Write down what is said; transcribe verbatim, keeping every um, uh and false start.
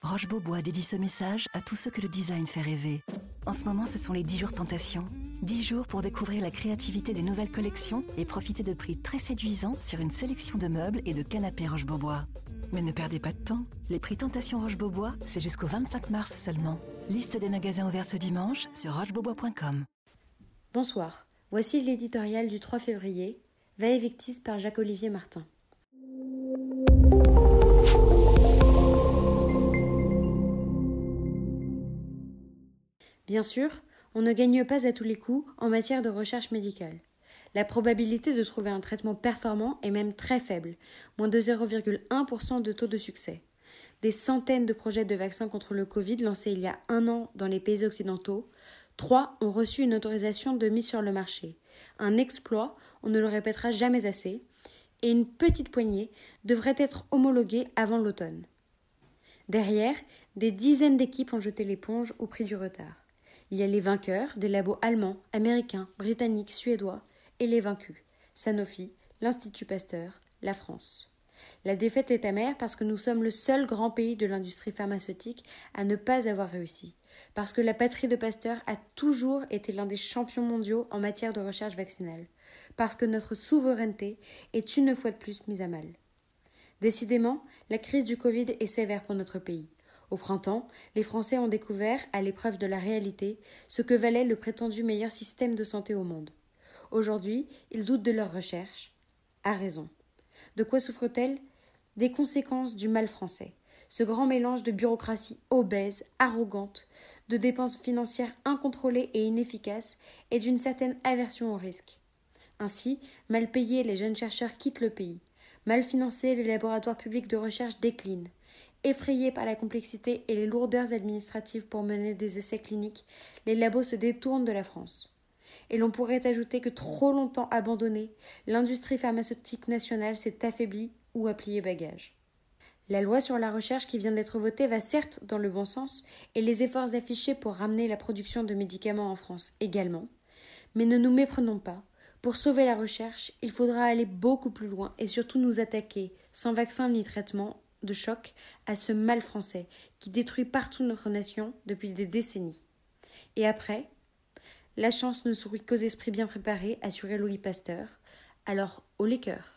Roche Beaubois dédie ce message à tous ceux que le design fait rêver. En ce moment, ce sont les dix jours tentation. dix jours pour découvrir la créativité des nouvelles collections et profiter de prix très séduisants sur une sélection de meubles et de canapés Roche Beaubois. Mais ne perdez pas de temps, les prix tentation Roche Beaubois, c'est jusqu'au vingt-cinq mars seulement. Liste des magasins ouverts ce dimanche sur roche beaubois point com. Bonsoir, voici l'éditorial du trois février, Vae Victis par Jacques-Olivier Martin. Bien sûr, on ne gagne pas à tous les coups en matière de recherche médicale. La probabilité de trouver un traitement performant est même très faible, moins de zéro virgule un pour cent de taux de succès. Des centaines de projets de vaccins contre le Covid lancés il y a un an dans les pays occidentaux, trois ont reçu une autorisation de mise sur le marché. Un exploit, on ne le répétera jamais assez, et une petite poignée devrait être homologuée avant l'automne. Derrière, des dizaines d'équipes ont jeté l'éponge au prix du retard. Il y a les vainqueurs, des labos allemands, américains, britanniques, suédois, et les vaincus, Sanofi, l'Institut Pasteur, la France. La défaite est amère parce que nous sommes le seul grand pays de l'industrie pharmaceutique à ne pas avoir réussi, parce que la patrie de Pasteur a toujours été l'un des champions mondiaux en matière de recherche vaccinale, parce que notre souveraineté est une fois de plus mise à mal. Décidément, la crise du Covid est sévère pour notre pays. Au printemps, les Français ont découvert, à l'épreuve de la réalité, ce que valait le prétendu meilleur système de santé au monde. Aujourd'hui, ils doutent de leur recherche. À raison. De quoi souffre-t-elle ? Des conséquences du mal français. Ce grand mélange de bureaucratie obèse, arrogante, de dépenses financières incontrôlées et inefficaces et d'une certaine aversion au risque. Ainsi, mal payés, les jeunes chercheurs quittent le pays. Mal financés, les laboratoires publics de recherche déclinent. Effrayés par la complexité et les lourdeurs administratives pour mener des essais cliniques, les labos se détournent de la France. Et l'on pourrait ajouter que trop longtemps abandonnée, l'industrie pharmaceutique nationale s'est affaiblie ou a plié bagage. La loi sur la recherche qui vient d'être votée va certes dans le bon sens, et les efforts affichés pour ramener la production de médicaments en France également, mais ne nous méprenons pas. Pour sauver la recherche, il faudra aller beaucoup plus loin et surtout nous attaquer, sans vaccin ni traitement de choc, à ce mal français qui détruit partout notre nation depuis des décennies. Et après, la chance ne sourit qu'aux esprits bien préparés, assurait Louis Pasteur. Alors, au liqueur.